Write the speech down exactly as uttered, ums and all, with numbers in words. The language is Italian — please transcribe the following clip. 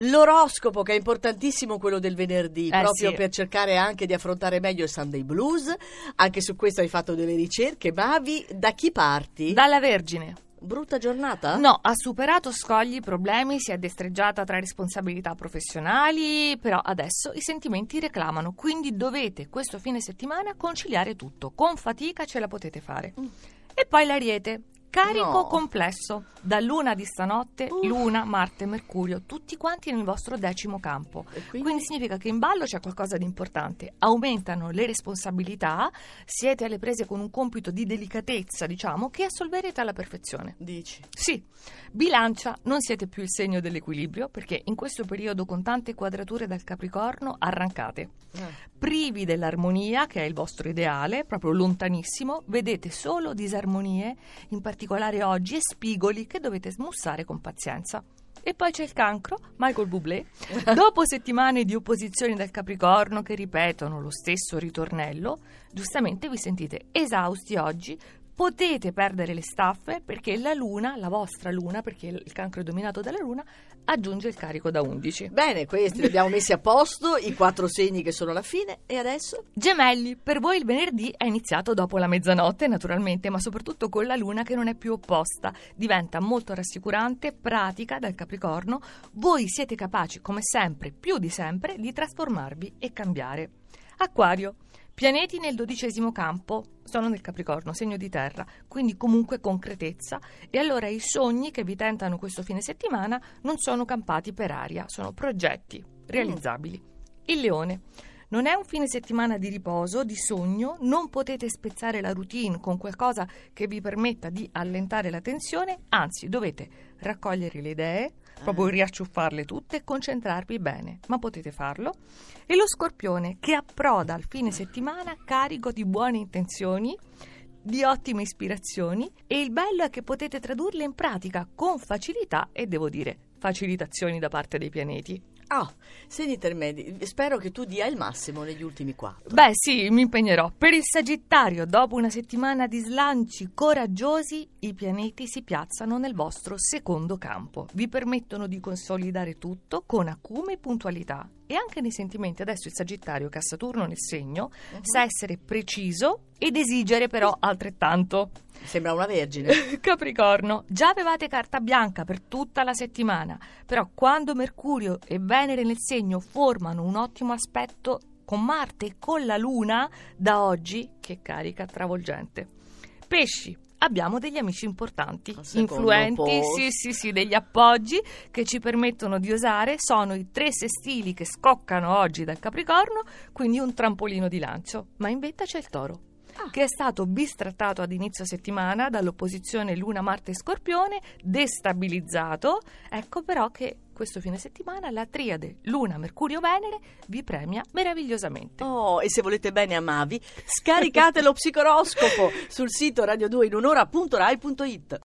L'oroscopo, che è importantissimo, quello del venerdì, Eh, proprio sì. per cercare anche di affrontare meglio il Sunday Blues. Anche su questo hai fatto delle ricerche. Mavi, da chi parti? Dalla Vergine. Brutta giornata? No, ha superato scogli, problemi, si è destreggiata tra responsabilità professionali, però adesso i sentimenti reclamano, quindi dovete questo fine settimana conciliare tutto. Con fatica ce la potete fare. Mm. E poi l'Ariete. Carico No. complesso, da Luna di stanotte, Uff. Luna, Marte, Mercurio, tutti quanti nel vostro decimo campo. E quindi? Quindi significa che in ballo c'è qualcosa di importante, aumentano le responsabilità, siete alle prese con un compito di delicatezza, diciamo, che assolverete alla perfezione. Dici. Sì, Bilancia, non siete più il segno dell'equilibrio, perché in questo periodo con tante quadrature dal Capricorno arrancate. Eh. Privi dell'armonia, che è il vostro ideale, proprio lontanissimo, vedete solo disarmonie, in particolare oggi, e spigoli che dovete smussare con pazienza. E poi c'è il Cancro, Michael Bublé. Dopo settimane di opposizioni dal Capricorno che ripetono lo stesso ritornello, giustamente vi sentite esausti oggi. Potete perdere le staffe perché la Luna, la vostra Luna, perché il Cancro è dominato dalla Luna, aggiunge il carico da undici. Bene, questi li abbiamo messi a posto, i quattro segni che sono alla fine. E adesso? Gemelli, per voi il venerdì è iniziato dopo la mezzanotte naturalmente, ma soprattutto con la Luna che non è più opposta. Diventa molto rassicurante, pratica dal Capricorno. Voi siete capaci, come sempre, più di sempre, di trasformarvi e cambiare. Acquario. Pianeti nel dodicesimo campo, sono nel Capricorno, segno di terra, quindi comunque concretezza, e allora i sogni che vi tentano questo fine settimana non sono campati per aria, sono progetti realizzabili. Il Leone. Non è un fine settimana di riposo, di sogno, non potete spezzare la routine con qualcosa che vi permetta di allentare la tensione, anzi dovete raccogliere le idee, proprio riacciuffarle tutte e concentrarvi bene, ma potete farlo. E lo Scorpione, che approda al fine settimana carico di buone intenzioni, di ottime ispirazioni, e il bello è che potete tradurle in pratica con facilità e, devo dire, facilitazioni da parte dei pianeti. Ah, segni intermedi. Spero che tu dia il massimo negli ultimi quattro. Beh sì, mi impegnerò. Per il Sagittario, dopo una settimana di slanci coraggiosi, i pianeti si piazzano nel vostro secondo campo. Vi permettono di consolidare tutto con acume e puntualità. E anche nei sentimenti, adesso il Sagittario che ha Saturno nel segno, uh-huh. sa essere preciso ed esigere però altrettanto. Sembra una vergine. Capricorno, già avevate carta bianca per tutta la settimana, però quando Mercurio e Venere nel segno formano un ottimo aspetto con Marte e con la Luna, da oggi, che carica travolgente. Pesci, abbiamo degli amici importanti, influenti, posto. sì sì sì, degli appoggi che ci permettono di osare, sono i tre sestili che scoccano oggi dal Capricorno, quindi un trampolino di lancio, ma in vetta c'è il Toro. Ah. Che è stato bistrattato ad inizio settimana dall'opposizione Luna, Marte e Scorpione, destabilizzato. Ecco però che questo fine settimana la triade Luna, Mercurio, Venere vi premia meravigliosamente. Oh, e se volete bene a Mavi, scaricate lo psicoroscopo sul sito radio due in un'ora punto rai punto it.